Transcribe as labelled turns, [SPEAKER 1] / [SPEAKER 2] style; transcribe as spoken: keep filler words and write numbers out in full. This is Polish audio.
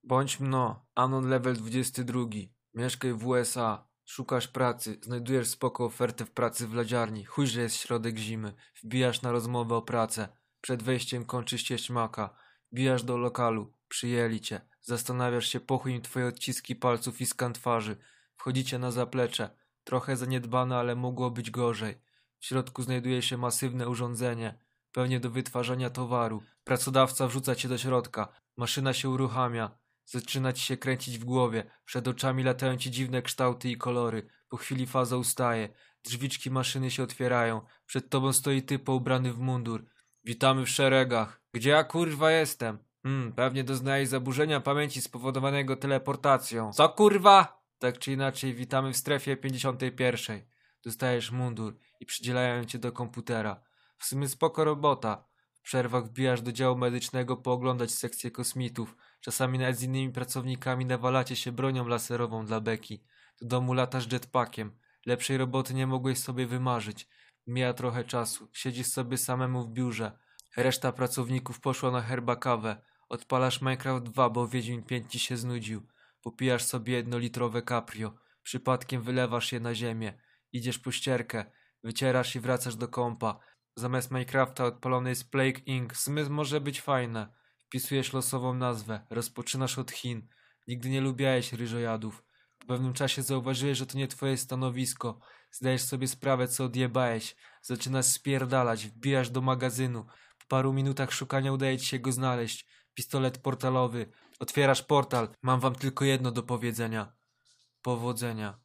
[SPEAKER 1] Bądź mno, Anon level dwudziesty drugi. Mieszkaj w U S A. Szukasz pracy, znajdujesz spoko ofertę w pracy w ladziarni. Chuj, że jest środek zimy. Wbijasz na rozmowę o pracę. Przed wejściem kończy się śmaka. Wbijasz do lokalu. Przyjęli cię. Zastanawiasz się, po chuj im twoje odciski palców i skan twarzy. Wchodzicie na zaplecze. Trochę zaniedbane, ale mogło być gorzej. W środku znajduje się masywne urządzenie. Pewnie do wytwarzania towaru. Pracodawca wrzuca cię do środka. Maszyna się uruchamia. Zaczyna ci się kręcić w głowie. Przed oczami latają ci dziwne kształty i kolory. Po chwili faza ustaje. Drzwiczki maszyny się otwierają. Przed tobą stoi typ ubrany w mundur. Witamy w szeregach. Gdzie ja kurwa jestem? Hmm, pewnie doznajesz zaburzenia pamięci spowodowanego teleportacją. Co kurwa? Tak czy inaczej, witamy w strefie pięćdziesiątej pierwszej. Dostajesz mundur i przydzielają cię do komputera. W sumie spoko robota. W przerwach wbijasz do działu medycznego pooglądać sekcję kosmitów. Czasami nawet z innymi pracownikami nawalacie się bronią laserową dla beki. Do domu latasz jetpackiem. Lepszej roboty nie mogłeś sobie wymarzyć. Mija trochę czasu. Siedzisz sobie samemu w biurze. Reszta pracowników poszła na herbakawę. Odpalasz Minecraft dwa, bo Wiedźmin pięć ci się znudził. Popijasz sobie jednolitrowe Caprio. Przypadkiem wylewasz je na ziemię. Idziesz po ścierkę. Wycierasz i wracasz do kompa. Zamiast Minecrafta odpalony jest Plague incorporated. Smysł może być fajne. Wpisujesz losową nazwę. Rozpoczynasz od Chin. Nigdy nie lubiałeś ryżojadów. Po pewnym czasie zauważyłeś, że to nie twoje stanowisko. Zdajesz sobie sprawę, co odjebałeś. Zaczynasz spierdalać. Wbijasz do magazynu. Po paru minutach szukania udaje ci się go znaleźć. Pistolet portalowy. Otwierasz portal. Mam wam tylko jedno do powiedzenia. Powodzenia.